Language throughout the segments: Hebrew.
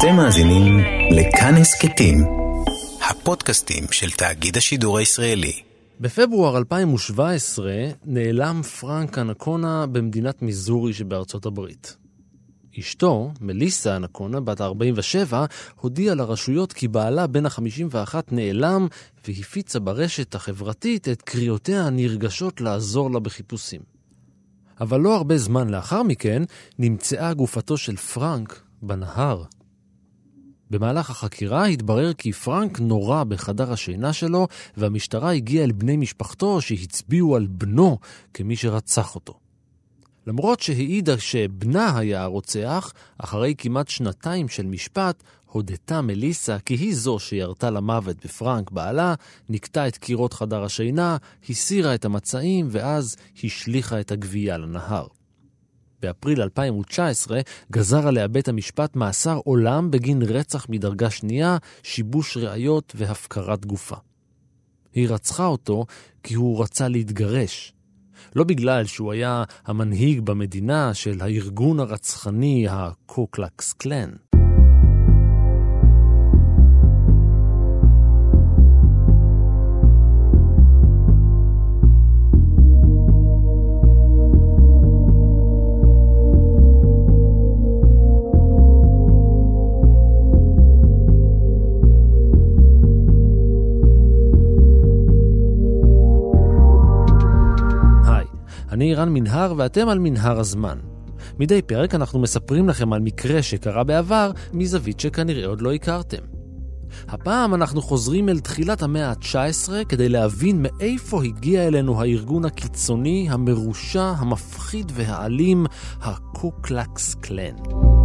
אתם מאזינים לכאן הסכתים, הפודקאסטים של תאגיד השידור הישראלי. בפברואר 2017 נעלם פרנק אנקונה במדינת מיזורי שבארצות הברית. אשתו, מליסה אנקונה, בת 47, הודיעה לרשויות כי בעלה בן ה-51 נעלם והפיצה ברשת החברתית את קריאותיה הנרגשות לעזור לה בחיפושים. אבל לא הרבה זמן לאחר מכן נמצאה גופתו של פרנק בנהר. במהלך החקירה התברר כי פרנק נורה בחדר השינה שלו, והמשטרה הגיעה אל בני משפחתו שהצביעו על בנו כמי שרצח אותו. למרות שהעידה שבנה היה הרוצח, אחרי כמעט שנתיים של משפט, הודתה מליסה כי היא זו שירתה למוות בפרנק בעלה, נקטה את קירות חדר השינה, הסירה את המצעים ואז השליחה את הגבייה לנהר. באפריל 2019 גזר עליה בית המשפט מאסר עולם בגין רצח מדרגה שנייה, שיבוש ראיות והפקרת גופה. היא רצחה אותו כי הוא רצה להתגרש. לא בגלל שהוא היה המנהיג במדינה של הארגון הרצחני הקו קלקס קלן. אני רן מנהר ואתם על מנהר הזמן. מדי פרק אנחנו מספרים לכם על מקרה שקרה בעבר מזווית שכנראה עוד לא הכרתם. הפעם אנחנו חוזרים אל תחילת המאה ה-19 כדי להבין מאיפה הגיע אלינו הארגון הקיצוני, המרושע, המפחיד והאלים, הקו קלקס קלן.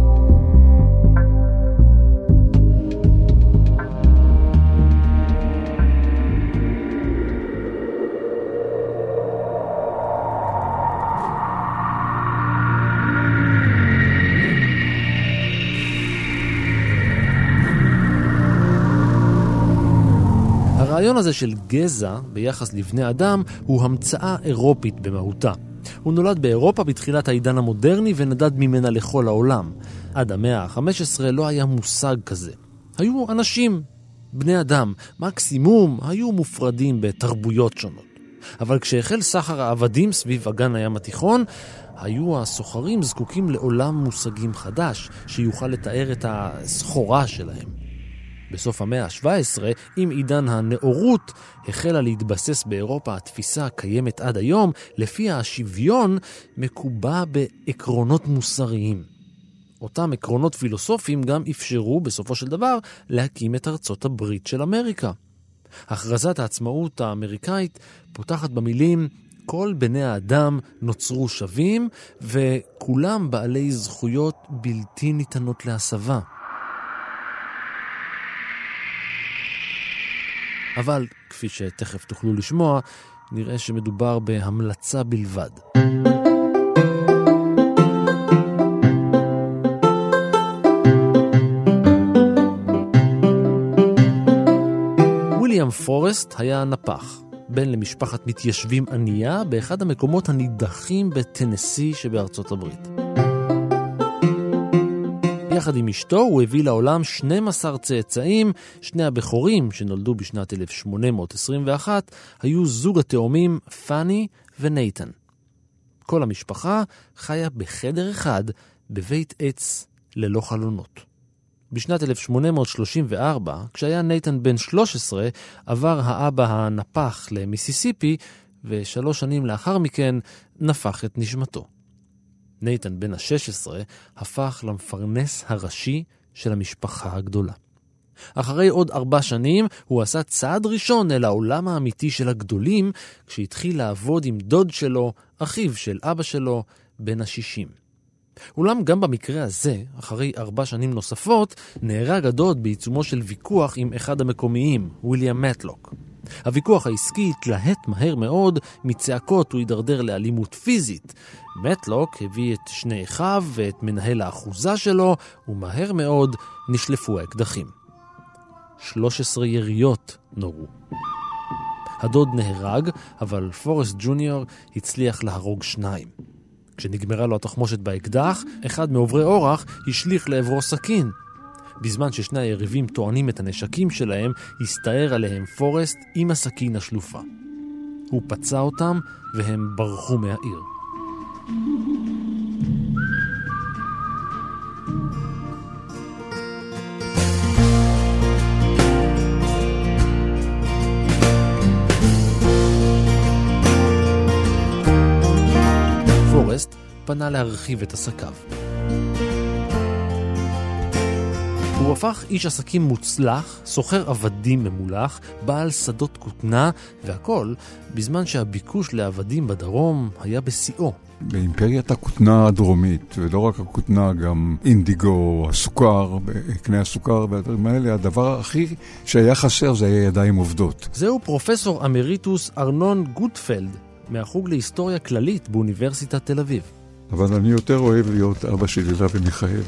הרעיון הזה של גזע ביחס לבני אדם הוא המצאה אירופית במהותה. הוא נולד באירופה בתחילת העידן המודרני ונדד ממנה לכל העולם. עד המאה ה-15 לא היה מושג כזה. היו אנשים, בני אדם, מקסימום היו מופרדים בתרבויות שונות. אבל כשהחל סחר העבדים סביב אגן הים התיכון, היו הסוחרים זקוקים לעולם מושגים חדש שיוכל לתאר את הסחורה שלהם. בסוף המאה ה-17, עם עידן הנאורות, החלה להתבסס באירופה התפיסה הקיימת עד היום, לפיה השוויון מקובע בעקרונות מוסריים. אותם עקרונות פילוסופיים גם אפשרו בסופו של דבר להקים את ארצות הברית של אמריקה. הכרזת העצמאות האמריקאית פותחת במילים כל בני האדם נוצרו שווים וכולם בעלי זכויות בלתי ניתנות להסבה. אבל, כפי שתכף תוכלו לשמוע, נראה שמדובר בהמלצה בלבד. ויליאם פורסט היה נפח, בן למשפחת מתיישבים ענייה באחד המקומות הנידחים בטנסי שבארצות הברית. יחד עם אשתו הוא הביא לעולם 12 צאצאים, שני הבכורים שנולדו בשנת 1821 היו זוג התאומים פאני ונייתן. כל המשפחה חיה בחדר אחד בבית עץ ללא חלונות. בשנת 1834, כשהיה נייתן בן 13, עבר האבא הנפח למיסיסיפי, ו3 שנים לאחר מכן נפח את נשמתו. נייתן בן ה-16 הפך למפרנס הראשי של המשפחה הגדולה. אחרי עוד 4 שנים הוא עשה צעד ראשון אל העולם האמיתי של הגדולים, כשהתחיל לעבוד עם דוד שלו, אחיו של אבא שלו, בן ה-60. אולם גם במקרה הזה, אחרי 4 שנים נוספות, נהרג הדוד בעיצומו של ויכוח עם אחד המקומיים, ויליאם מטלוק. הוויכוח העסקי התלהט מהר מאוד, מצעקות הוא הידרדר לאלימות פיזית. מטלוק הביא את שני אחיו ואת מנהל האחוזה שלו, ומהר מאוד נשלפו האקדחים. 13 יריות נורו. הדוד נהרג, אבל פורסט ג'וניור הצליח להרוג 2. כשנגמרה לו התחמושת באקדח, אחד מעוברי אורח השליך לעברו סכין. בזמן ששני היריבים טוענים את הנשקים שלהם, הסתער עליהם פורסט עם הסכין השלופה. הוא פצע אותם והם ברחו מהעיר. פורסט פנה להרחיב את עסקיו. הוא הפך איש עסקים מוצלח, סוחר עבדים ממולח, בעל שדות כותנה, והכל בזמן שהביקוש לעבדים בדרום היה בשיאו. באימפריית הכותנה הדרומית, ולא רק הכותנה, גם אינדיגו, הסוכר, קנה הסוכר והדברים האלה, הדבר הכי שהיה חסר זה היה ידיים עובדות. זהו פרופסור אמריטוס ארנון גוטפלד, מהחוג להיסטוריה כללית באוניברסיטת תל אביב. אבל אני יותר אוהב להיות אבא של הילה ומיכאל.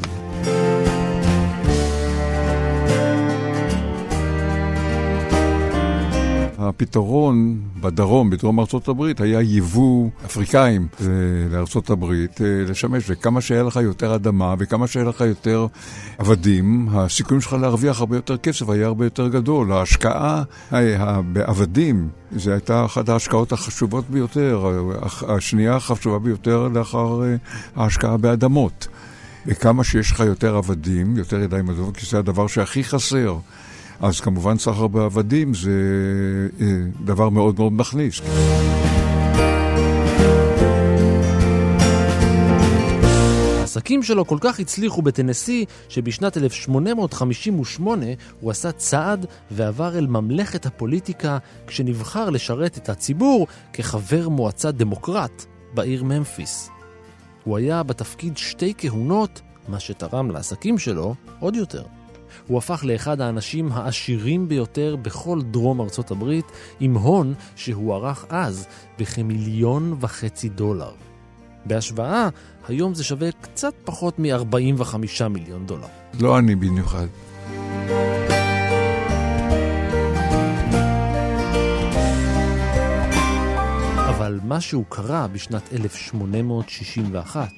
הפתרון בדרום, בדרום ארצות הברית, היה ייבוא אפריקאים לארצות הברית לשמש, וכמה שהיה לך יותר אדמה וכמה שהיה לך יותר עבדים, הסיכויים שלך להרוויח הרבה יותר כסף היה הרבה יותר גדול. ההשקעה בעבדים, זו הייתה אחת ההשקעות החשובות ביותר, השנייה החשובה ביותר לאחר ההשקעה באדמות. וכמה שיש לך יותר עבדים, יותר ידיים עבדים, כי זה הדבר שהכי חסר. אז כמובן סחר בעבדים זה דבר מאוד מאוד מכניס. העסקים שלו כל כך הצליחו בטנסי שבשנת 1858 הוא עשה צעד ועבר אל ממלכת הפוליטיקה כשנבחר לשרת את הציבור כחבר מועצה דמוקרט בעיר ממפיס. הוא היה בתפקיד 2 כהונות, מה שתרם לעסקים שלו עוד יותר. הוא הפך לאחד האנשים העשירים ביותר בכל דרום ארצות הברית, עם הון שהוערך אז ב$1.5 מיליון. בהשוואה, היום זה שווה קצת פחות $45 מיליון. לא אני במיוחד. אבל משהו קרה בשנת 1861.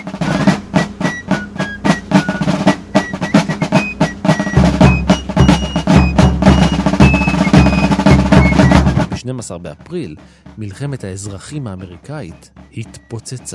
ב-12 באפריל, מלחמת האזרחים האמריקאית התפוצצה.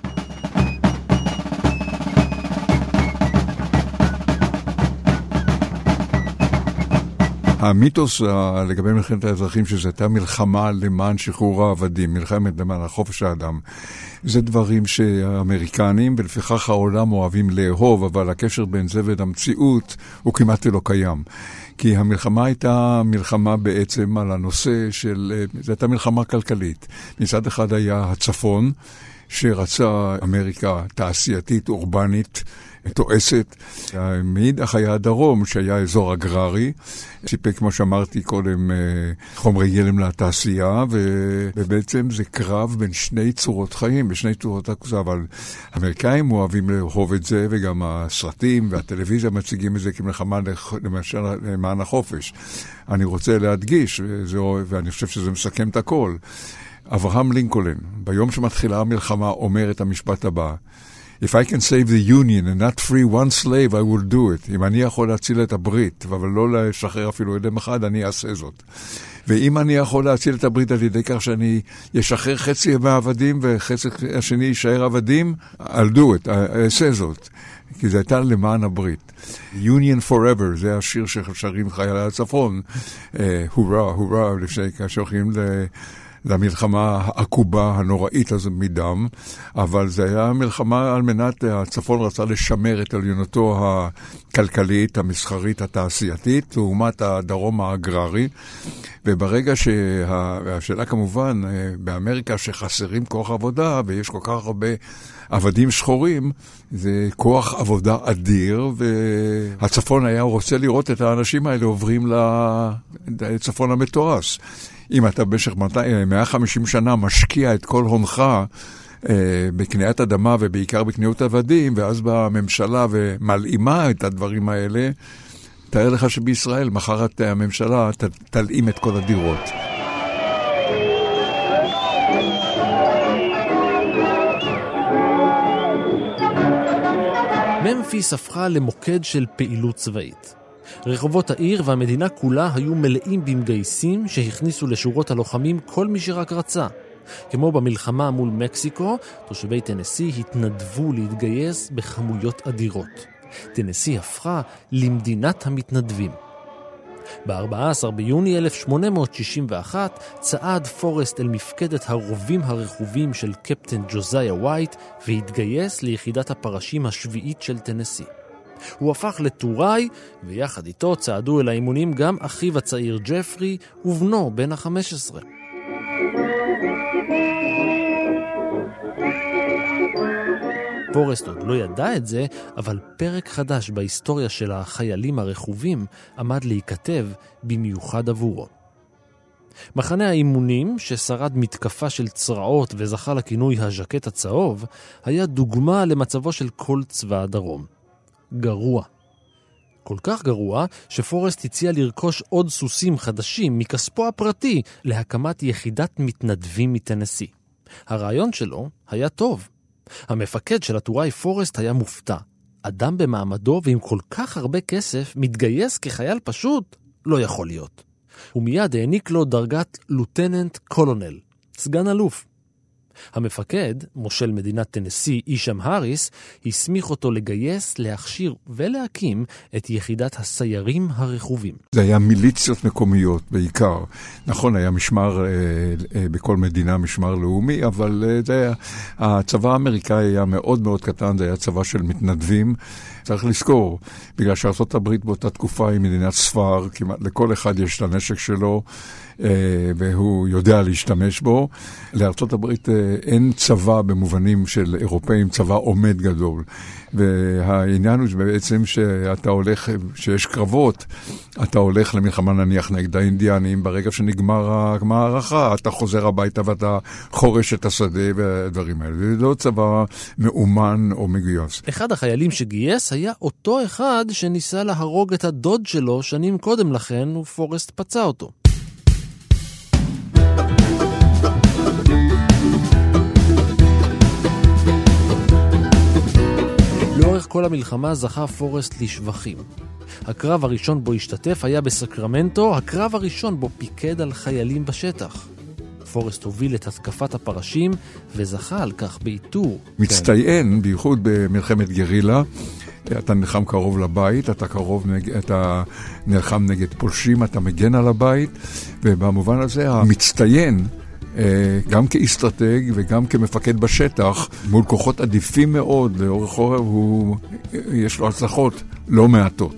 המיתוס לגבי מלחמת האזרחים, שזו הייתה מלחמה למען שחרור העבדים, מלחמת למען חופש האדם, זה דברים שהאמריקנים ולפיכך העולם אוהבים לאהוב, אבל הקשר בין זה והמציאות הוא כמעט לא קיים. כי המלחמה הייתה מלחמה בעצם על הנושא של, זו הייתה מלחמה כלכלית. מצד אחד היה הצפון, שרצה אמריקה תעשייתית, אורבנית, תועסת. מאידך היה הדרום, שהיה אזור אגררי, סיפק, כמו שאמרתי קודם, חומרי גלם לתעשייה, ובעצם זה קרב בין 2 צורות חיים, בשני צורות הכוזה, אבל האמריקאים אוהבים לאהוב את זה, וגם הסרטים והטלוויזיה מציגים את זה כמלחמה למשל למען החופש. אני רוצה להדגיש, ואני חושב שזה מסכם את הכל, אברהם לינקולן, ביום שמתחילה המלחמה, אומר את המשפט הבא, If I can save the Union and not free one slave, I will do it. אם אני יכול להציל את הברית, אבל לא לשחרר אפילו אדם אחד, אני אעשה זאת. ואם אני יכול להציל את הברית על ידי כך שאני ישחרר חצי מהעבדים וחצי השני יישאר עבדים, I'll do it, אעשה זאת. כי זה הייתה למען הברית. Union Forever, זה השיר ששרים חיילי הצפון. הורא, הורא, לפני כשהולכים למלחמה העקובה הנוראית הזו מדם, אבל זה היה מלחמה על מנת, הצפון רצה לשמר את עליונותו הכלכלית, המסחרית, התעשייתית, לעומת הדרום האגררי, וברגע שהשאלה כמובן, באמריקה שחסרים כוח עבודה, ויש כל כך הרבה עבדים שחורים, זה כוח עבודה אדיר, והצפון היה רוצה לראות את האנשים האלה עוברים לצפון המתועש. אם אתה במשך 150 שנה משקיע את כל הונך בקניית אדמה ובעיקר בקניות עבדים, ואז באה הממשלה ומלאימה את הדברים האלה, תאר לך שבישראל מחרת הממשלה תלאים את כל הדירות. ממפיס הפכה למוקד של פעילות צבאית. רחובות העיר והמדינה כולה היו מלאים במגייסים שהכניסו לשורות הלוחמים כל מי שרק רצה. כמו במלחמה מול מקסיקו, תושבי טנסי התנדבו להתגייס בכמויות אדירות. טנסי הפכה למדינת המתנדבים. ב-14 ביוני 1861 צעד פורסט אל מפקדת הרובים הרכובים של קפטן ג'וזאיה ווייט והתגייס ליחידת הפרשים השביעית של טנסי. הוא הפך לטוראי, ויחד איתו צעדו אל האימונים גם אחיו הצעיר ג'פרי ובנו בן ה-15. פורסט עוד לא ידע את זה, אבל פרק חדש בהיסטוריה של החיילים הרכובים עמד להיכתב במיוחד עבורו. מחנה האימונים, ששרד מתקפה של צרעות וזכה לכינוי הז'קט הצהוב, היה דוגמה למצבו של כל צבא הדרום. גרוע. כל כך גרוע שפורסט הציע לרכוש עוד סוסים חדשים מכספו הפרטי להקמת יחידת מתנדבים מטנסי. הרעיון שלו היה טוב. המפקד של הטוראי פורסט היה מופתע. אדם במעמדו ועם כל כך הרבה כסף מתגייס כחייל פשוט? לא יכול להיות. הוא מיד העניק לו דרגת לוטננט קולונל, סגן אלוף. המפקד, מושל מדינת טנסי אישם האריס, הסמיך אותו לגייס, להכשיר ולהקים את יחידת הסיירים הרכובים. זה היה מיליציות מקומיות בעיקר. נכון, היה משמר בכל מדינה, משמר לאומי, אבל הצבא האמריקאי היה מאוד מאוד קטן, זה היה צבא של מתנדבים. צריך לזכור, בגלל שארצות הברית באותה תקופה היא מדינת ספר, כמעט לכל אחד יש את הנשק שלו, והוא יודע להשתמש בו. לארצות הברית אין צבא במובנים של אירופאים, צבא עומד גדול. והעניין הוא בעצם שאתה הולך, שיש קרבות, אתה הולך למלחמה נניח נגד האינדיאנים, ברגע שנגמר המערכה, אתה חוזר הביתה ואתה חורש את השדה והדברים האלה. זה לא צבא מאומן או מגויס. אחד החיילים שגייס היה אותו אחד שניסה להרוג את הדוד שלו שנים קודם לכן, ופורסט פצע אותו. לאורך כל המלחמה זכה פורסט לשבחים. הקרב הראשון בו השתתף היה בסקרמנטו, הקרב הראשון בו פיקד על חיילים בשטח. פורסט הוביל את התקפת הפרשים וזכה על כך בעיטור. מצטיין, בייחוד במלחמת גרילה, אתה נלחם קרוב לבית, אתה נלחם נגד פולשים, אתה מגן על הבית, ובמובן הזה המצטיין, גם כאסטרטג וגם כמפקד בשטח, מול כוחות עדיפים מאוד, לאורך חורב יש לו הצלחות לא מעטות.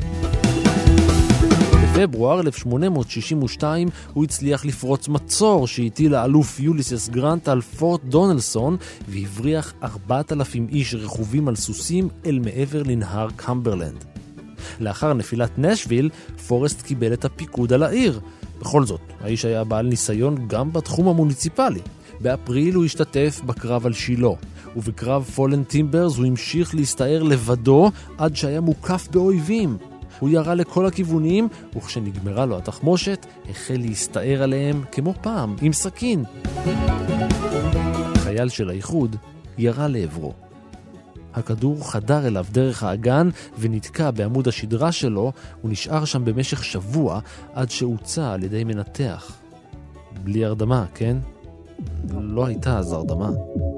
בפברואר 1862 הוא הצליח לפרוץ מצור שהטיל האלוף יוליסס גרנט על פורט דונלסון והבריח 4,000 איש רכובים על סוסים אל מעבר לנהר קמברלנד. לאחר נפילת נשוויל, פורסט קיבל את הפיקוד על העיר. בכל זאת, האיש היה בעל ניסיון גם בתחום המוניציפלי. באפריל הוא השתתף בקרב על שילו, ובקרב פולן טימברס הוא המשיך להסתער לבדו עד שהיה מוקף באויבים. הוא ירה לכל הכיוונים, וכשנגמרה לו התחמושת, החל להסתער עליהם כמו פעם, עם סכין. חייל של האיחוד ירה לעברו. הכדור חדר אליו דרך האגן ונתקע בעמוד השדרה שלו, הוא נשאר שם במשך שבוע עד שהוצא על ידי מנתח. בלי הרדמה, כן? לא הייתה אז הרדמה.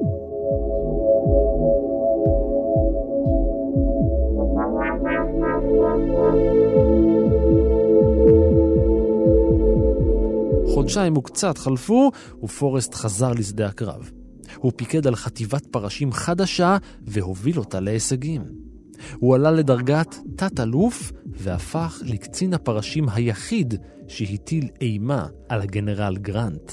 חודשיים וקצת חלפו, ופורסט חזר לשדה הקרב. הוא פיקד על חטיבת פרשים חדשה והוביל אותה להישגים. הוא עלה לדרגת תת-אלוף והפך לקצין הפרשים היחיד שהטיל אימה על הגנרל גרנט.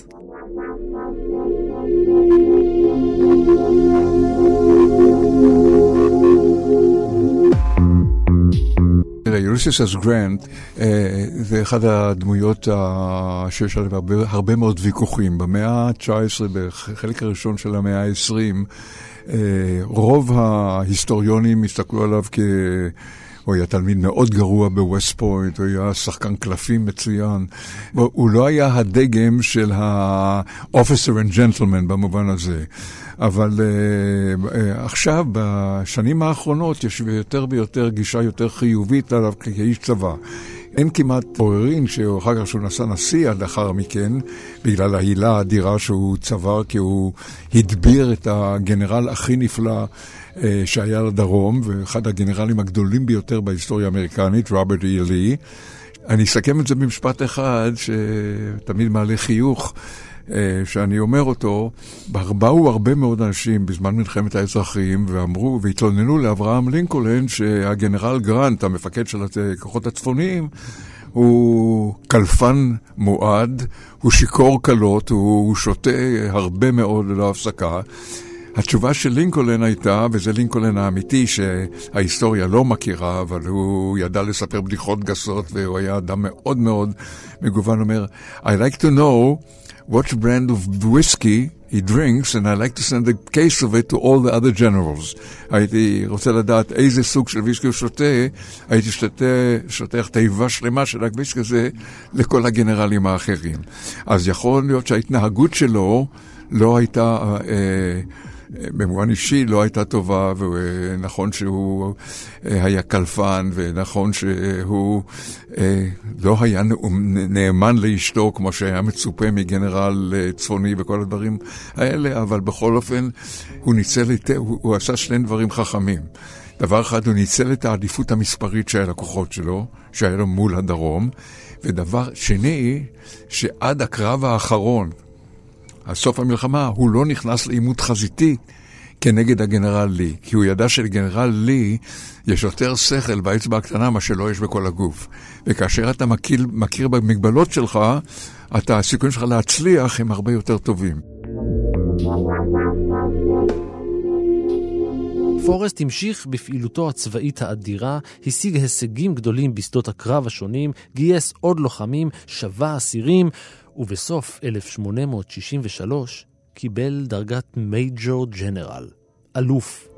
יוליסס גרנט זה אחד הדמויות שיש עליו הרבה מאוד ויכוחים. במאה ה-19, בחלק הראשון של המאה ה-20, רוב ההיסטוריונים הסתכלו עליו הוא היה תלמיד מאוד גרוע בווסט פוינט, הוא היה שחקן קלפים מצוין. הוא לא היה הדגם של ה-officer and gentleman במובן הזה. אבל עכשיו, בשנים האחרונות, יש יותר ויותר גישה יותר חיובית עליו כאיש צבא. אין כמעט עוררין שאחר כך שהוא נשא נשיא עד לאחר מכן, בגלל ההילה האדירה שהוא צבר, כי הוא הדביר את הגנרל הכי נפלא שהיה לדרום, ואחד הגנרלים הגדולים ביותר בהיסטוריה האמריקנית, רוברט אי לי. אני אסכם את זה במשפט אחד, שתמיד מעלה חיוך, שאני אומר אותו, באו הרבה מאוד אנשים בזמן מלחמת האזרחים, ואמרו והתלוננו לאברהם לינקולן שהגנרל גרנט, המפקד של הכוחות הצפוניים, הוא קלפן מועד, הוא שיקור קלות, הוא שותה הרבה מאוד ללא הפסקה. התשובה של לינקולן הייתה, וזה לינקולן האמיתי שההיסטוריה לא מכירה, אבל הוא ידע לספר בדיחות גסות, והוא היה אדם מאוד מאוד מגוון, אומר, I like to know what brand of whiskey he drinks, and I like to send a case of it to all the other generals. הייתי רוצה לדעת איזה סוג של ויסקי הוא שותה, הייתי שותח תיבה שלמה של הוויסקי הזה לכל הגנרלים האחרים. אז יכול להיות שההתנהגות שלו לא הייתה, במובן אישי לא הייתה טובה, ונכון שהוא היה קלפן, ונכון שהוא לא היה נאמן לאשתו, כמו שהיה מצופה מגנרל צפוני וכל הדברים האלה, אבל בכל אופן הוא עשה שני דברים חכמים. דבר אחד, הוא ניצל את העדיפות המספרית של הכוחות שלו, שהיה לו מול הדרום, ודבר שני, שעד הקרב האחרון, הסוף המלחמה, הוא לא נכנס לעימות חזיתי כנגד הגנרל לי, כי הוא ידע שלגנרל לי יש יותר שכל באצבע הקטנה מה שלא יש בכל הגוף. וכאשר אתה מכיר במגבלות שלך, הסיכויים שלך להצליח הם הרבה יותר טובים. פורסט המשיך בפעילותו הצבאית האדירה, השיג הישגים גדולים בשדות הקרב השונים, גייס עוד לוחמים, שבה אסירים, ובסוף 1863 קיבל דרגת מייג'ור ג'נרל, אלוף.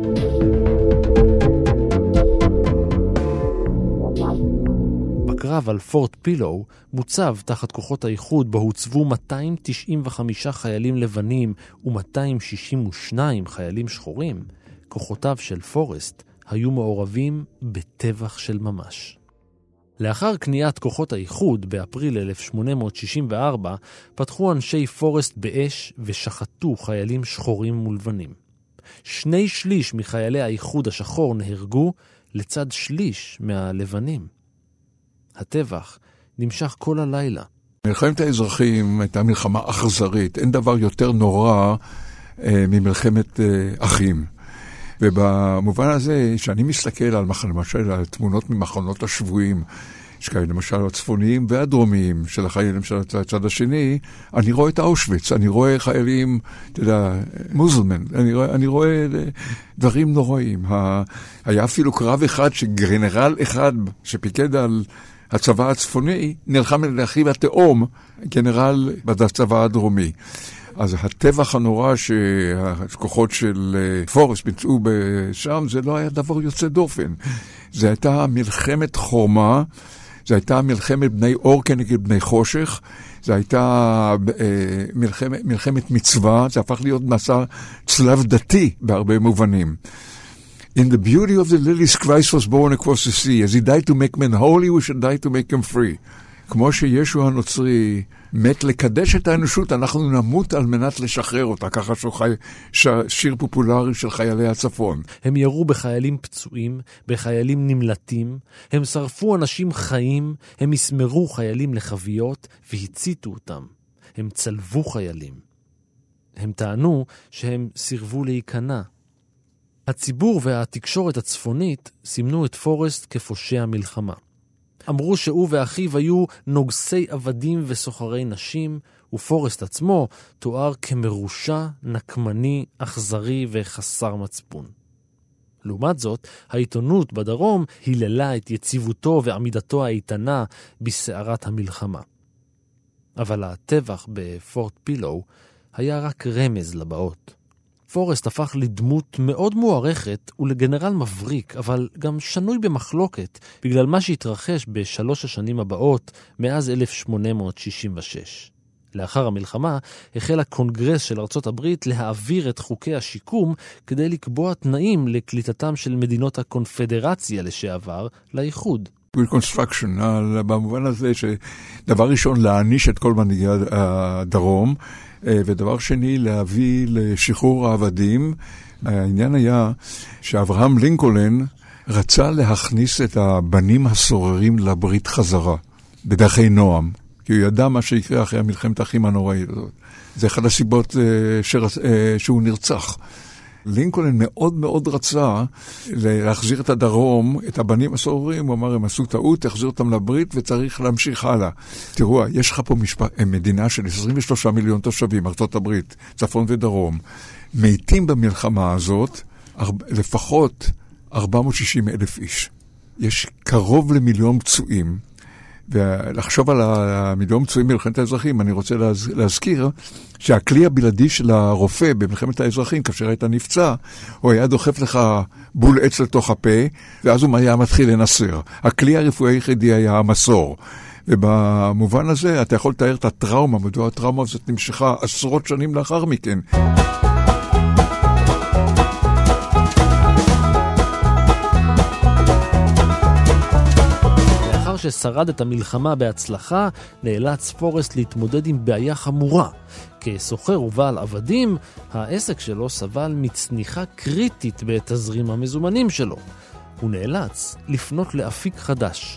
בקרב על פורט פילו מוצב תחת כוחות האיחוד בו הוצבו 295 חיילים לבנים ו-262 חיילים שחורים. כוחותיו של פורסט היו מעורבים בטבח של ממש. לאחר קניית כוחות האיחוד באפריל 1864 פתחו אנשי פורסט באש ושחטו חיילים שחורים מולבנים. 2/3 מחיילי האיחוד השחור נהרגו לצד 1/3 מהלבנים. הטבח נמשך כל הלילה. מלחמת האזרחים הייתה מלחמה אכזרית. אין דבר יותר נורא ממלחמת אחים. ובמובן הזה, שאני מסתכל על למשל על תמונות ממחנות השבויים, שכאלה למשל הצפוניים והדרומיים של החיילים של הצד השני, אני רואה את אושוויץ, אני רואה חיילים, אתה יודע, מוזלמן, אני רואה דברים נוראים. היה אפילו קרב אחד שגנרל אחד שפיקד על הצבא הצפוני, נלחם לאחיו התאום, גנרל בצבא הדרומי. אז הטבח הנורא שהכוחות של פורסט ביצעו שם, זה לא היה דבר יוצא דופן. זה הייתה מלחמת חורמה, זה הייתה מלחמת בני אור כנגד בני חושך, זה הייתה מלחמת מצווה, זה הפך להיות מסע צלב דתי בהרבה מובנים. In the beauty of the lilies, Christ was born across the sea. As he died to make men holy, we should die to make them free. כמו שישו הנוצרי מת לקדש את האנושות, אנחנו נמות על מנת לשחרר אותה, ככה שיר פופולרי של חיילי הצפון. הם ירו בחיילים פצועים, בחיילים נמלטים, הם שרפו אנשים חיים, הם הסמרו חיילים לחביות והציתו אותם. הם צלבו חיילים. הם טענו שהם סירבו להיכנע. הציבור והתקשורת הצפונית סימנו את פורסט כפושע מלחמה. אמרו שהוא ואחיו היו נוגסי עבדים וסוחרי נשים, ופורסט עצמו תואר כמרושע, נקמני, אכזרי וחסר מצפון. לעומת זאת, העיתונות בדרום היללה את יציבותו ועמידתו האיתנה בסערת המלחמה. אבל הטבח בפורט פילו היה רק רמז לבאות. פורסט הפך לדמות מאוד מוערכת ולגנרל מבריק, אבל גם שנוי במחלוקת בגלל מה שהתרחש בשלוש השנים הבאות מאז 1866. לאחר המלחמה החל הקונגרס של ארצות הברית להעביר את חוקי השיקום כדי לקבוע תנאים לקליטתם של מדינות הקונפדרציה לשעבר לאיחוד. reconstruction, במובן הזה שדבר ראשון להעניש את כל מנהיגי הדרום, ודבר שני להביא לשחרור העבדים. העניין היה שאברהם לינקולן רצה להכניס את הבנים הסוררים לברית חזרה, בדרכי נועם, כי הוא ידע מה שיקרה אחרי המלחמת האחים הנוראית הזאת. זה אחד הסיבות שהוא נרצח. לינקולן מאוד מאוד רצה להחזיר את הדרום, את הבנים הסוררים, הוא אמר, הם עשו טעות, תחזיר אותם לברית וצריך להמשיך הלאה. תראו, יש לך פה מדינה של 23 מיליון תושבים, ארצות הברית, צפון ודרום, מתים במלחמה הזאת לפחות 460,000 איש. יש קרוב למיליון פצועים, ולחשוב על המיליון פצועים במלחמת האזרחים, אני רוצה להזכיר שהכלי הבלעדי של הרופא במלחמת האזרחים, כאשר היית נפצע, הוא היה דוחף לך בול עץ לתוך הפה, ואז הוא היה מתחיל לנסר. הכלי הרפואי היחידי היה המסור. ובמובן הזה אתה יכול לתאר את הטראומה, מדוע הטראומה הזאת נמשכה עשרות שנים לאחר מכן. ששרד את המלחמה בהצלחה, נאלץ פורסט להתמודד עם בעיה חמורה. כסוחר ובעל עבדים, העסק שלו סבל מצניחה קריטית בתזרים המזומנים שלו. הוא נאלץ לפנות לאפיק חדש.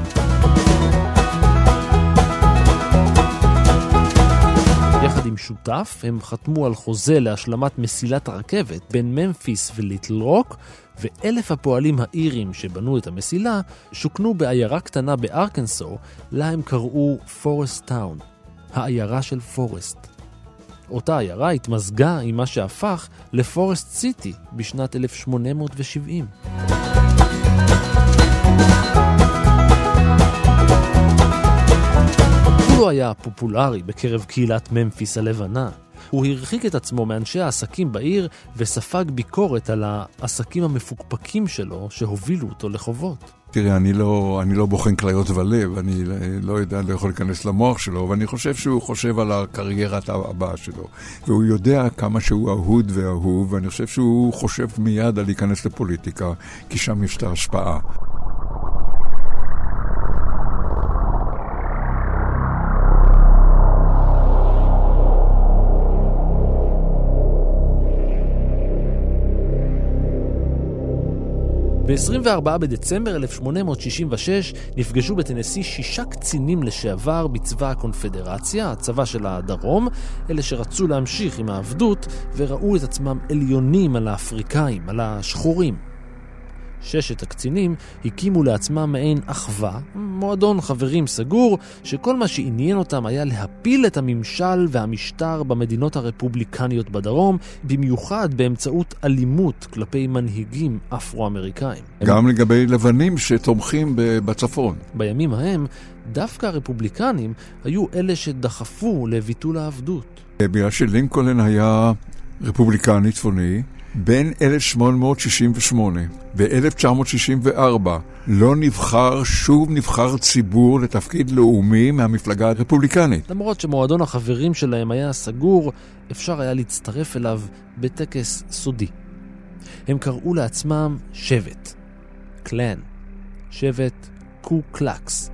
יחד עם שותף, הם חתמו על חוזה להשלמת מסילת הרכבת בין ממפיס וליטל רוק, ו1,000 הפועלים האירים שבנו את המסילה שוכנו בעיירה קטנה בארקנסו, לה הם קראו פורסט טאון, העיירה של פורסט. אותה עיירה התמזגה עם מה שהפך לפורסט סיטי בשנת 1870. הוא לא היה פופולרי בקרב קהילת ממפיס הלבנה. הוא הרחיק את עצמו מאנשי העסקים בעיר וספג ביקורת על העסקים המפוקפקים שלו שהובילו אותו לחובות. תראה, אני לא בוחן כליות ולב, אני לא יכול להיכנס למוח שלו, ואני חושב שהוא חושב על הקריירת הבאה שלו. והוא יודע כמה שהוא אהוד ואהוב, ואני חושב שהוא חושב מיד על להיכנס לפוליטיקה, כי שם יש את ההשפעה. ב-24 בדצמבר 1866 נפגשו בטנסי 6 קצינים לשעבר בצבא הקונפדרציה, הצבא של הדרום, אלה שרצו להמשיך עם העבדות וראו את עצמם עליונים על האפריקאים, על השחורים. 6 הקצינים הקימו לעצמם מעין אחווה, מועדון חברים סגור, שכל מה שעניין אותם היה להפיל את הממשל והמשטר במדינות הרפובליקניות בדרום, במיוחד באמצעות אלימות כלפי מנהיגים אפרו-אמריקאים. גם לגבי לבנים שתומכים בצפון. בימים ההם, דווקא הרפובליקנים היו אלה שדחפו לביטול העבדות. בגלל שלינקולן היה רפובליקני צפוני, בין 1868 ו-1964 לא נבחר שוב נבחר ציבור לתפקיד לאומי מהמפלגה הרפובליקנית. למרות שמועדון החברים שלהם היה סגור, אפשר היה להצטרף אליו בטקס סודי. הם קראו לעצמם שבט, קלן, שבט קו קלקס.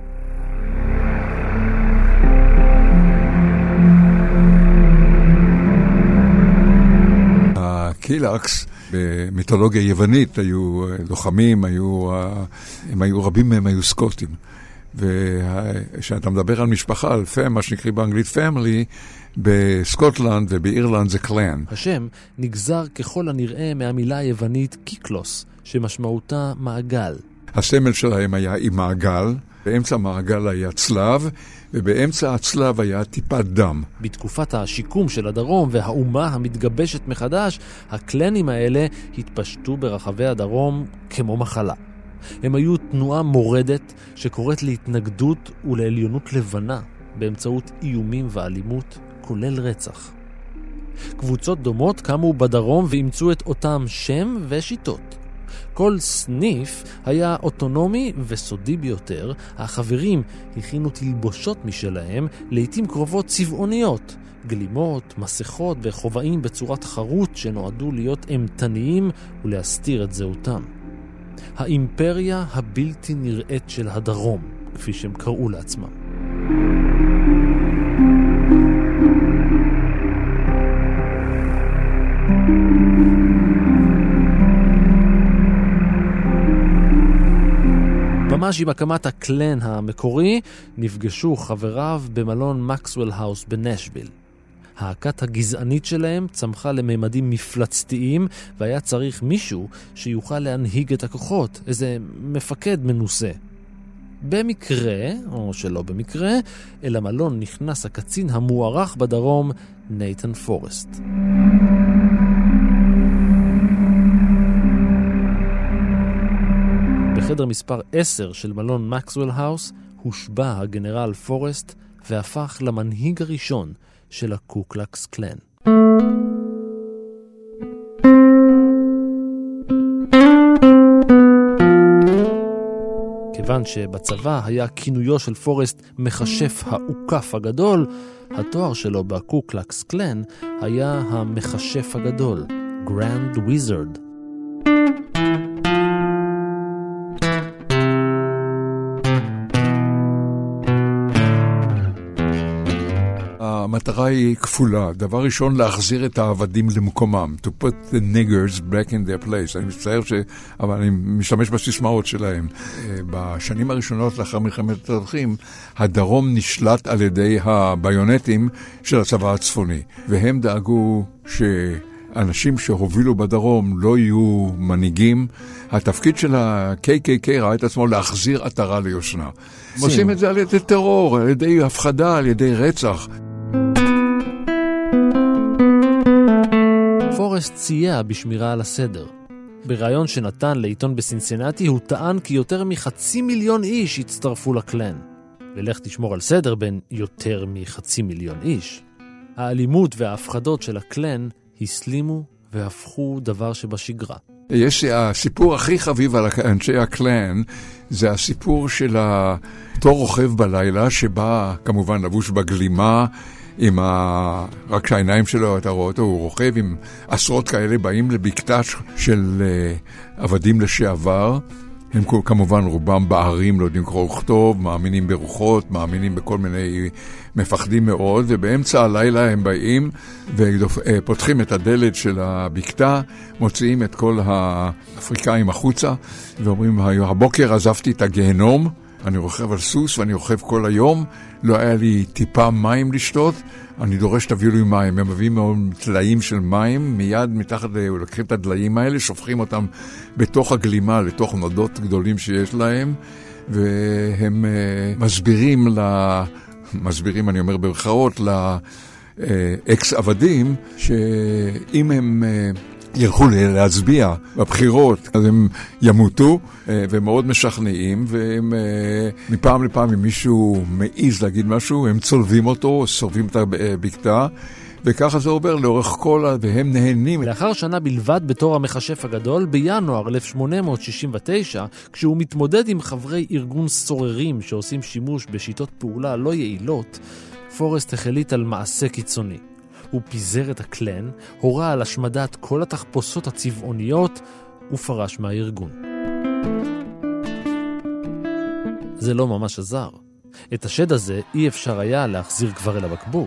הקילקס במיתולוגיה יוונית היו לוחמים, הם היו רבים מהם היו סקוטים. וכשאתה מדבר על משפחה, על פם, מה שנקרא באנגלית פמילי, בסקוטלנד ובאירלנד זה קלן. השם נגזר ככל הנראה מהמילה היוונית קיקלוס, שמשמעותה מעגל. הסמל שלהם היה עם מעגל, באמצע המעגל היה צלב, ובאמצע הצלב היה טיפת דם. בתקופת השיקום של הדרום והאומה המתגבשת מחדש, הקלנים האלה התפשטו ברחבי הדרום כמו מחלה. הם היו תנועה מורדת שקוראת להתנגדות ולעליונות לבנה באמצעות איומים ואלימות, כולל רצח. קבוצות דומות קמו בדרום ואימצו את אותם שם ושיטות. כל סניף היה אוטונומי וסודי ביותר, החברים הכינו תלבושות משלהם, לעתים קרובות צבעוניות, גלימות, מסכות וחובעים בצורת חרוט שנועדו להיות אימתניים ולהסתיר את זהותם. האימפריה הבלתי נראית של הדרום, כפי שהם קראו לעצמם. ממש עם הקמת הקלן המקורי, נפגשו חבריו במלון מקסוול האוס בנשוויל. ההקת הגזענית שלהם צמחה לממדים מפלצתיים, והיה צריך מישהו שיוכל להנהיג את הכוחות, איזה מפקד מנוסה. במקרה, או שלא במקרה, אל המלון נכנס הקצין המוערך בדרום, נייתן פורסט. בחדר מספר 10 של מלון מקסוול האוס הושבע הגנרל פורסט והפך למנהיג הראשון של הקו קלוקס קלן. כיוון שבצבא היה כינויו של פורסט מחשף העוקף הגדול, התואר שלו בקו קלוקס קלן היה המחשף הגדול, גרנד וויזרד. המטרה היא כפולה. דבר ראשון, להחזיר את העבדים למקומם. To put the niggers back in their place. אני מצטער אבל אני משתמש בסיסמאות שלהם. בשנים הראשונות לאחר מלחמת הדרכים, הדרום נשלט על ידי הביונטים של הצבא הצפוני. והם דאגו אנשים שהובילו בדרום לא יהיו מנהיגים. התפקיד של ה-KKK ראה את עצמו להחזיר עטרה ליושנה. עושים את זה על ידי טרור, על ידי הפחדה, על ידי רצח. פורסט סייע בשמירה על הסדר. בריאיון שנתן לעיתון בסינסינטי הוא טען כי יותר מ500,000 איש הצטרפו לקלן. ולך תשמור על סדר בין יותר מ500,000 איש. האלימות וההפחדות של הקלן הסלימו והפכו דבר שבשגרה. יש הסיפור הכי חביב על אנשי הקלן, זה הסיפור של אותו רוכב בלילה שבא כמובן לבוש בגלימה, רק שהעיניים שלו, אתה רואה אותו, הוא רוכב עם עשרות כאלה, באים לבקתה של עבדים לשעבר. הם כמובן רובם בערים, לא יודעים קרוא וכתוב, מאמינים ברוחות, מאמינים בכל מיני, מפחדים מאוד, ובאמצע הלילה הם באים ופותחים את הדלת של הבקתה, מוציאים את כל האפריקאים החוצה, ואומרים, הבוקר עזבתי את הגהנום, אני רוכב על סוס ואני רוכב כל היום, לא היה לי טיפה מים לשתות, אני דורש תביאו לי מים. הם מביאים מאוד דליים של מים, מיד מתחת לקחים את הדליים האלה, שופכים אותם בתוך הגלימה, לתוך נודות גדולים שיש להם, והם מסבירים, אני אומר במרכאות, לאקס עבדים, שאם הם ילכו להצביע בבחירות, אז הם ימותו, והם מאוד משכנעים, והם מפעם לפעם, אם מישהו מעיז להגיד משהו, הם צולבים אותו, שורפים את הבקתה, וככה זה עובר לאורך כל, והם נהנים. לאחר שנה בלבד בתור המחשף הגדול, בינואר 1869, כשהוא מתמודד עם חברי ארגון סוררים שעושים שימוש בשיטות פעולה לא יעילות, פורסט החליט על מעשה קיצוני. הוא פיזר את הקלן, הורה על השמדת כל התחפושות הצבעוניות ופרש מהארגון. זה לא ממש עזר. את השד הזה אי אפשר היה להחזיר כבר אל הבקבוק.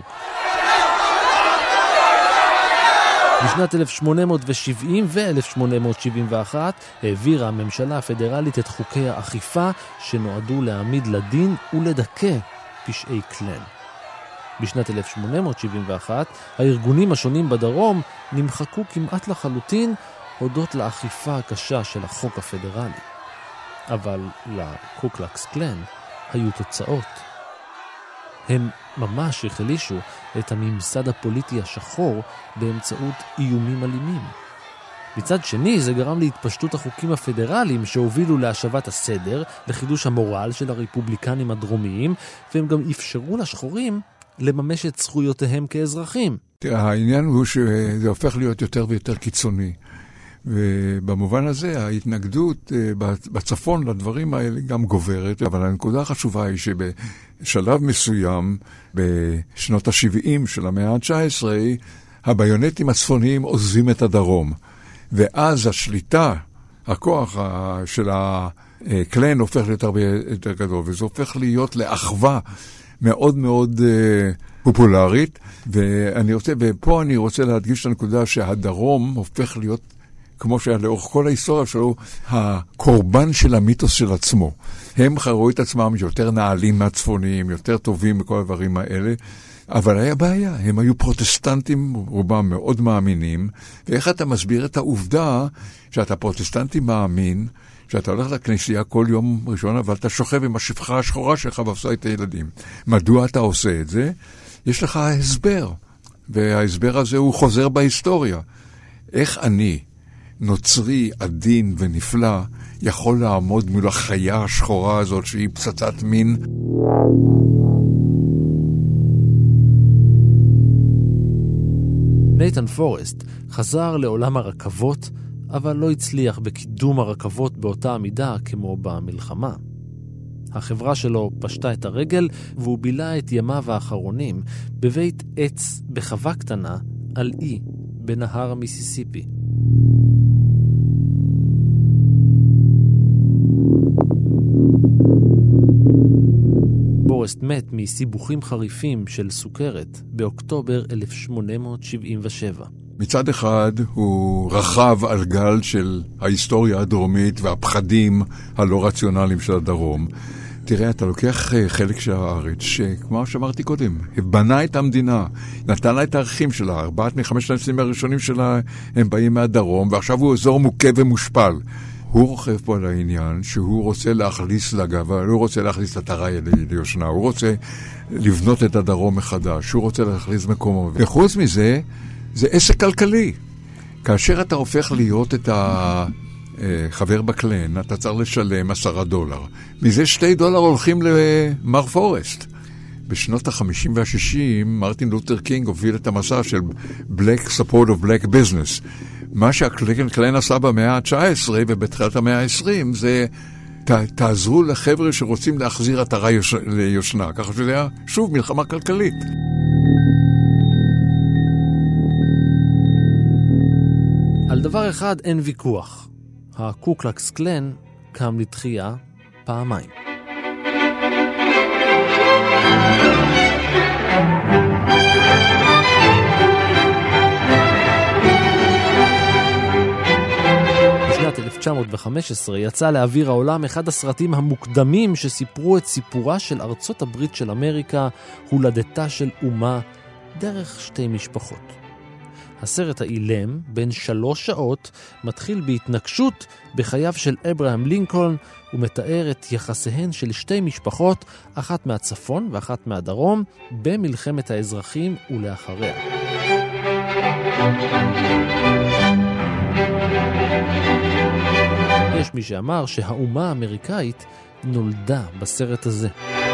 בשנת 1870 ו-1871 העבירה הממשלה הפדרלית את חוקי האכיפה שנועדו להעמיד לדין ולדכא פשעי קלן. בשנת 1871 הארגונים השונים בדרום נמחקו כמעט לחלוטין הודות לאכיפה הקשה של החוק הפדרלי. אבל לקו קלוקס קלן היו תוצאות. הם ממש החלישו את הממסד הפוליטי השחור באמצעות איומים אלימים. מצד שני, זה גרם להתפשטות החוקים הפדרליים שהובילו להשבת הסדר, לחידוש המורל של הרפובליקנים הדרומיים, והם גם אפשרו לשחורים לממש את זכויותיהם כאזרחים. תראה, העניין הוא שזה הופך להיות יותר ויותר קיצוני. ובמובן הזה ההתנגדות בצפון לדברים האלה גם גוברת, אבל הנקודה החשובה היא שבשלב מסוים, בשנות ה-70 של המאה ה-19, הביונטים הצפוניים עוזבים את הדרום. ואז השליטה, הכוח של הקלן הופך להיות הרבה יותר גדול, וזה הופך להיות לאחווה מאוד מאוד פופולרית, ופה אני רוצה להדגיש את הנקודה שהדרום הופך להיות, כמו שהיה לאורך כל ההיסטוריה שלו, הקורבן של המיתוס של עצמו. הם חרו את עצמם יותר נעלים מהצפוניים, יותר טובים מכל הדברים האלה, אבל היה בעיה, הם היו פרוטסטנטים, רובם מאוד מאמינים, ואיך אתה מסביר את העובדה שאתה פרוטסטנטי מאמין, שאתה הולך לכנסייה כל יום ראשון, אבל אתה שוכב עם השפחה השחורה שלך ועושה את הילדים. מדוע אתה עושה את זה? יש לך הסבר, וההסבר הזה הוא חוזר בהיסטוריה. איך אני, נוצרי, עדין ונפלא, יכול לעמוד מול החיה השחורה הזאת שהיא פצצת מין? נייתן פורסט חזר לעולם הרכבות, אבל לא הצליח בקידום הרכבות באותה עמידה כמו במלחמה. החברה שלו פשטה את הרגל, והוא בילה את ימיו האחרונים בבית עץ בחווה קטנה על אי בנהר המיסיסיפי. פורסט מת מסיבוכים חריפים של סוכרת באוקטובר 1877. מצד אחד הוא רכב על גל של ההיסטוריה הדרומית והפחדים הלא רציונליים של הדרום. תראה, אתה לוקח חלק של הארץ שכמו שאמרתי קודם, בנה את המדינה, נתן לה את הערכים שלה, 4 מ-5 הנושאים הראשונים שלה הם באים מהדרום, ועכשיו הוא אזור מוכה ומושפל. הוא רוכב פה על העניין שהוא רוצה להכניס לגאווה, הוא רוצה להכניס את הרי ליושנה, הוא רוצה לבנות את הדרום מחדש, הוא רוצה להכניס מקומו. וחוץ מזה, זה עסק כלכלי. כאשר אתה הופך להיות את החבר בקלן, אתה צריך לשלם $10. מזה $2 הולכים למר פורסט. בשנות ה-50 וה-60, מרטין לותר קינג הוביל את המסע של Black Support of Black Business. מה שהקלן עשה במאה ה-19 ובתחילת המאה ה-20 זה תעזרו לחבר'ה שרוצים להחזיר עטרה ליושנה. ככה שזה היה שוב מלחמה כלכלית. על דבר אחד אין ויכוח. הקו קלקס קלן קם לתחייה פעמיים. בשנת 1915 יצא לאוויר העולם אחד הסרטים המוקדמים שסיפרו את סיפורה של ארצות הברית של אמריקה, הולדתה של אומה, דרך 2 משפחות. הסרט האילם, בין 3 שעות, מתחיל בהתנגשות בחייו של אברהם לינקולן, ומתאר את יחסיהן של 2 משפחות, אחת מהצפון ואחת מהדרום, במלחמת האזרחים ולאחריה. יש מי שאמר שהאומה האמריקאית נולדה בסרט הזה.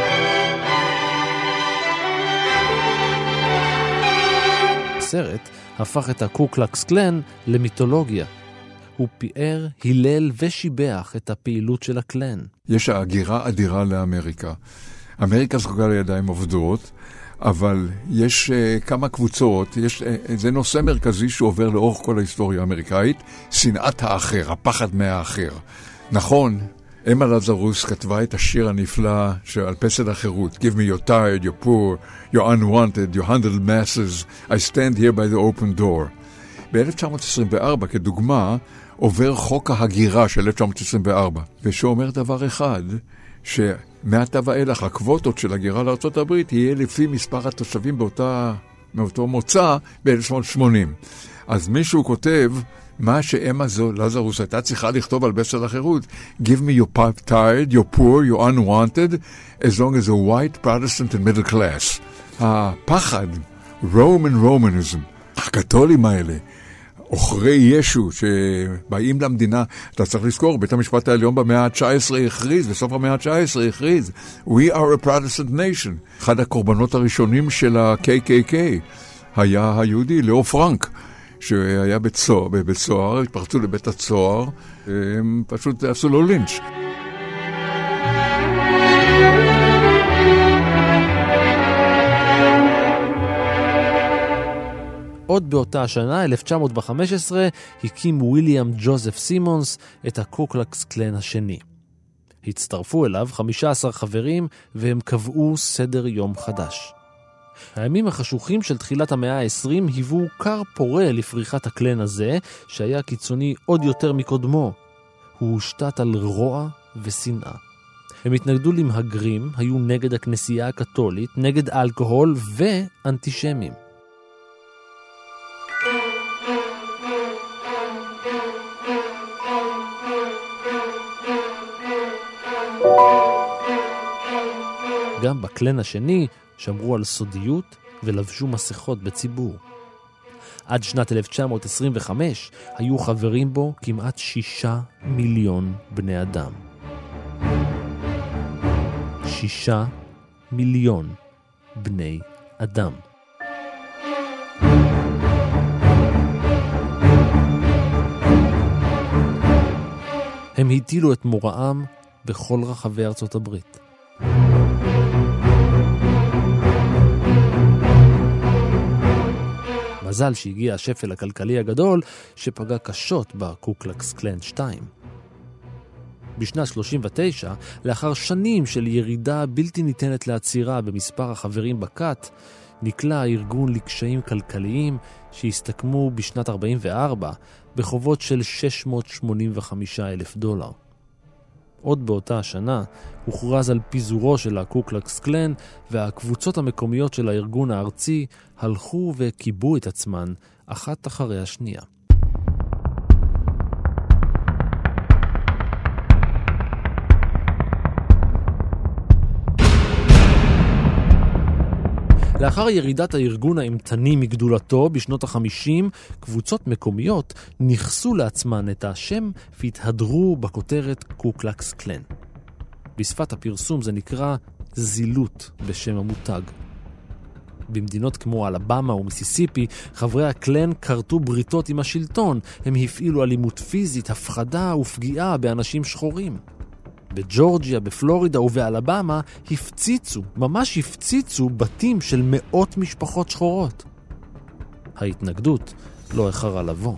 הסרט הפך את הקו קלקס קלן למיתולוגיה. הוא פיאר, הילל ושיבח את הפעילות של הקלן. יש הגירה אדירה לאמריקה. אמריקה זקוקה לידיים עובדות, אבל יש כמה קבוצות, זה נושא מרכזי שעובר לאורך כל ההיסטוריה האמריקאית, שנאת האחר, הפחד מהאחר. נכון, אמה לזרוס כתבה את השיר הנפלא על פסל החירות. Give me you're tired, you're poor, you're unwanted, you're handled masses, I stand here by the open door. ב-1924, כדוגמה, עובר חוק ההגירה של 1924, ושאומר דבר אחד, שמעתה ואילך הקווטות של הגירה לארצות הברית יהיה לפי מספר התושבים מאותו מוצא ב-1980. אז מישהו כותב, מה שאמה לזרוס הייתה צריכה לכתוב על פסל החירות, Give me you're tired, you're poor, you're unwanted, as long as a white Protestant and middle class. הפחד, Roman Romanism, הקתולים האלה, אוכרי ישו שבאים למדינה, אתה צריך לזכור, בית המשפט העליון במאה ה-19 הכריז, בסוף המאה ה-19 הכריז, We are a Protestant nation. אחד הקורבנות הראשונים של ה-KKK היה היהודי לאו פרנק, שהיה בבית סוהר, התפרצו לבית הסוהר, הם פשוט עשו לו לינץ'. עוד באותה השנה, 1915, הקים וויליאם ג'וזף סימונס את הקוקלקס קלן השני. הצטרפו אליו 15 חברים והם קבעו סדר יום חדש. הימים החשוכים של תחילת המאה ה-20 היוו קר פורה לפריחת הקלן הזה, שהיה קיצוני עוד יותר מקודמו. הוא הושתת על רוע ושנאה. הם התנגדו למהגרים, היו נגד הכנסייה הקתולית, נגד אלכוהול ואנטישמים. גם בקלן השני שמרו על סודיות ולבשו מסכות בציבור. עד שנת 1925 היו חברים בו כמעט 6 מיליון בני אדם. 6 מיליון בני אדם. הם הטילו את מוראם בכל רחבי ארצות הברית. מזל שהגיע השפל הכלכלי הגדול שפגע קשות בקוקלקס קלן 2. בשנת 39, לאחר שנים של ירידה בלתי ניתנת לעצירה במספר החברים בכת, נקלע הארגון לקשיים כלכליים שהסתכמו בשנת 44 בחובות של $685,000. עוד באותה השנה הוכרז על פיזורו של הקוקלקס קלן, והקבוצות המקומיות של הארגון הארצי הלכו וקיבו את עצמן אחת אחרי השנייה. לאחר ירידת הארגון האימתני מגדולתו בשנות ה-50, קבוצות מקומיות נכסו לעצמן את השם והתהדרו בכותרת קוקלקס קלן. בשפת הפרסום זה נקרא זילות בשם המותג. במדינות כמו אלבמה ומיסיסיפי, חברי הקלן קרתו בריתות עם השלטון. הם הפעילו אלימות פיזית, הפחדה ופגיעה באנשים שחורים. בג'ורג'יה, בפלורידה ובאלבמה ממש הפציצו בתים של מאות משפחות שחורות. ההתנגדות לא איחרה לבוא.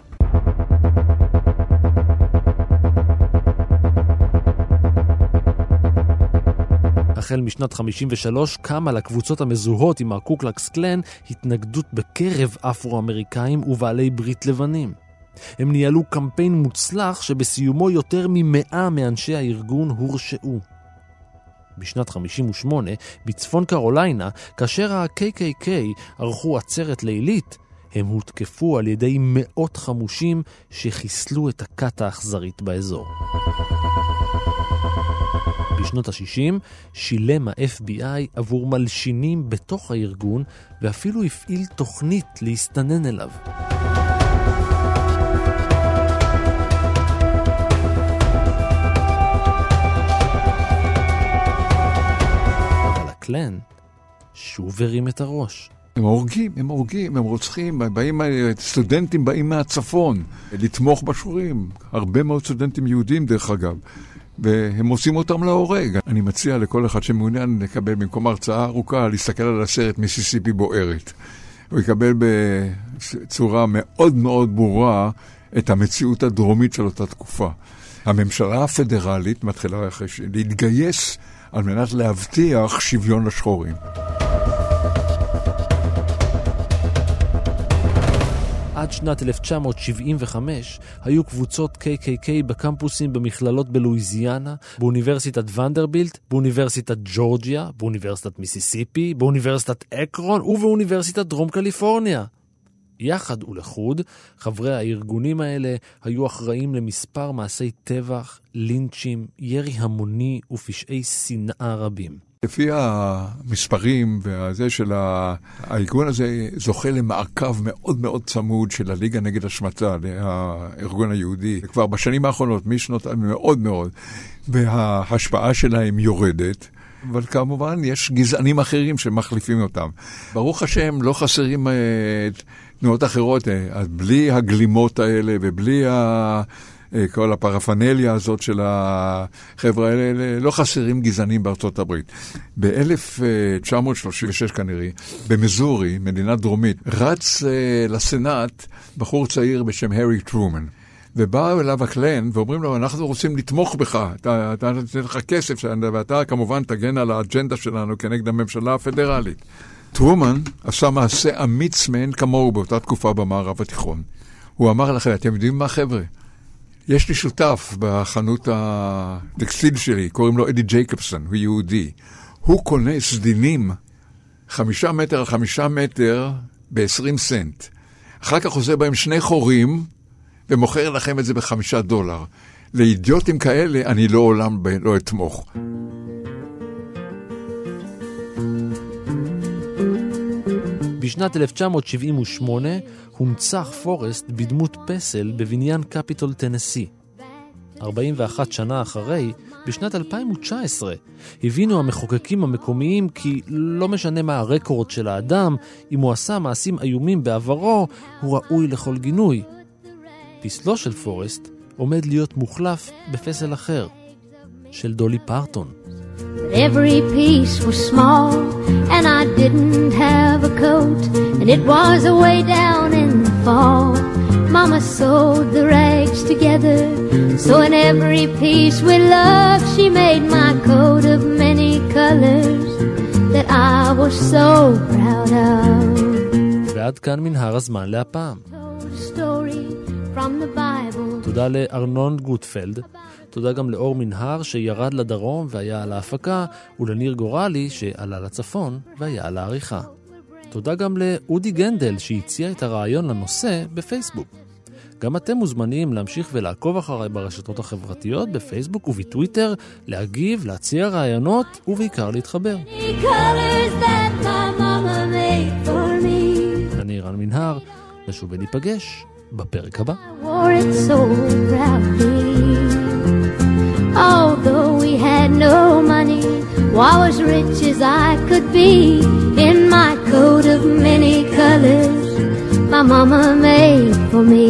החל משנת 53 קמה לקבוצות המזוהות עם הקוקלקס קלן התנגדות בקרב אפרו-אמריקאים ובעלי ברית לבנים. הם ניהלו קמפיין מוצלח שבסיומו יותר מ100 מאנשי הארגון הורשעו. בשנת 58, בצפון קרוליינה, כאשר ה-KKK ערכו עצרת לילית, הם הותקפו על ידי מאות חמושים שחיסלו את הכת האכזרית באזור. בשנות ה-60 שילם ה-FBI עבור מלשינים בתוך הארגון, ואפילו הפעיל תוכנית להסתנן אליו. הקלן שוב הרים את הראש. הם הורגים, הם רוצחים, סטודנטים באים מהצפון לתמוך בשורים. הרבה מאוד סטודנטים יהודים דרך אגב, והם עושים אותם להורג. אני מציע לכל אחד שמעוניין לקבל במקום הרצאה ארוכה, להסתכל על הסרט מיסיסיפי בוערת. הוא יקבל בצורה מאוד מאוד ברורה את המציאות הדרומית של אותה תקופה. הממשלה הפדרלית מתחילה להתגייס על מנת להבטיח שוויון לשחורים. עד שנת 1975 היו קבוצות KKK בקמפוסים במכללות בלואיזיאנה, באוניברסיטת ונדרבילט, באוניברסיטת ג'ורג'יה, באוניברסיטת מיסיסיפי, באוניברסיטת אקרון ובאוניברסיטת דרום קליפורניה. יחד ולחוד, חברי הארגונים האלה היו אחראים למספר מעשי טבח, לינצ'ים, ירי המוני ופשעי שנאה רבים. לפי המספרים והזה של הארגון הזה זוכה למעקב מאוד מאוד צמוד של הליגה נגד השמצה, הארגון היהודי. כבר בשנים האחרונות, משנות מאוד מאוד, וההשפעה שלהם יורדת. אבל כמובן יש גזענים אחרים שמחליפים אותם. ברוך השם, לא חסרים תנועות אחרות, אז בלי הגלימות האלה ובלי כל הפרפנליה הזאת של החבר'ה האלה, לא חסרים גזענים בארצות הברית. ב-1936 כנראה, במזורי, מדינה דרומית, רץ לסנאט בחור צעיר בשם הארי טרומן. ובאו אליו הקלן ואומרים לו, אנחנו רוצים לתמוך בך, אתה נותן לך כסף, ואתה כמובן תגן על האג'נדה שלנו כנגד הממשלה הפדרלית. טרומן עשה מעשה אמיץ מאין כמוהו באותה תקופה במערב התיכון. הוא אמר לכם, אתם יודעים מה חבר'ה? יש לי שותף בחנות הטקסטיל שלי, קוראים לו אדי ג'ייקובסון, הוא יהודי. הוא קונה סדינים 5 מטר על 5 מטר ב-20 סנט. אחר כך עושה בהם 2 חורים, ומוכר לכם את זה $5. לאידיוטים כאלה אני לעולם לא אתמוך. בשנת 1978 הונצח פורסט בדמות פסל בבניין קפיטול טנסי. 41 שנה אחרי, בשנת 2019, הבינו המחוקקים המקומיים כי לא משנה מה הרקורד של האדם, אם הוא עשה מעשים איומים בעברו, הוא ראוי לכל גינוי. פסלו של פורסט עומד להיות מוחלף בפסל אחר, של דולי פרטון. Every piece was small and I didn't have a coat and it was away down in the fall. Mama sewed the rags together so in every piece with love she made my coat of many colors that I was so proud of. ועד כאן מנהר הזמן להפעם. תודה לארנון גוטפלד, תודה גם לאור מנהר שירד לדרום והיה על ההפקה, ולניר גורלי שעלה לצפון והיה על העריכה. תודה גם לאודי גנדל שהציע את הרעיון לנושא בפייסבוק. גם אתם מוזמנים להמשיך ולעקוב אחריי ברשתות החברתיות, בפייסבוק ובטוויטר, להגיב, להציע רעיונות ובעיקר להתחבר. אני רן מנהר, נשוב וניפגש בפרק הבא. Although we had no money, I was rich as I could be in my coat of many colors my mama made for me.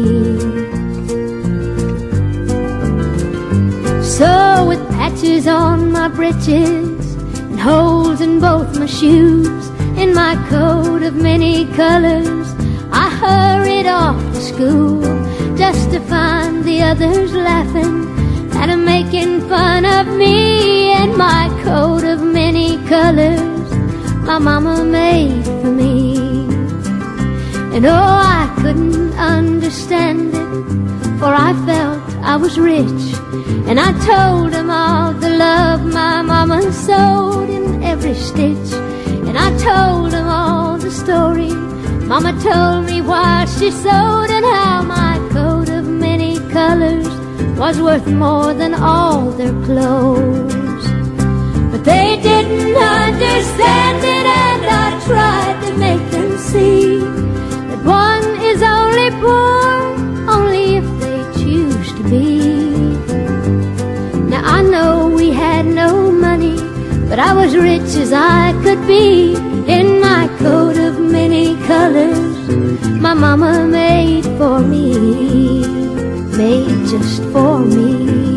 So with patches on my breeches and holes in both my shoes, in my coat of many colors I hurried off to school just to find the others laughing and making fun of me in my coat of many colors my mama made for me. And oh, I couldn't understand it, for I felt I was rich, and I told them all the love my mama sewed in every stitch, and I told them all the story mama told me while she sewed, and how my coat of many colors was worth more than all their clothes. But they didn't understand it, and I tried to make them see that one is only poor only if they choose to be. Now I know we had no money, but I was rich as I could be in my coat of many colors my mama made for me, made just for me.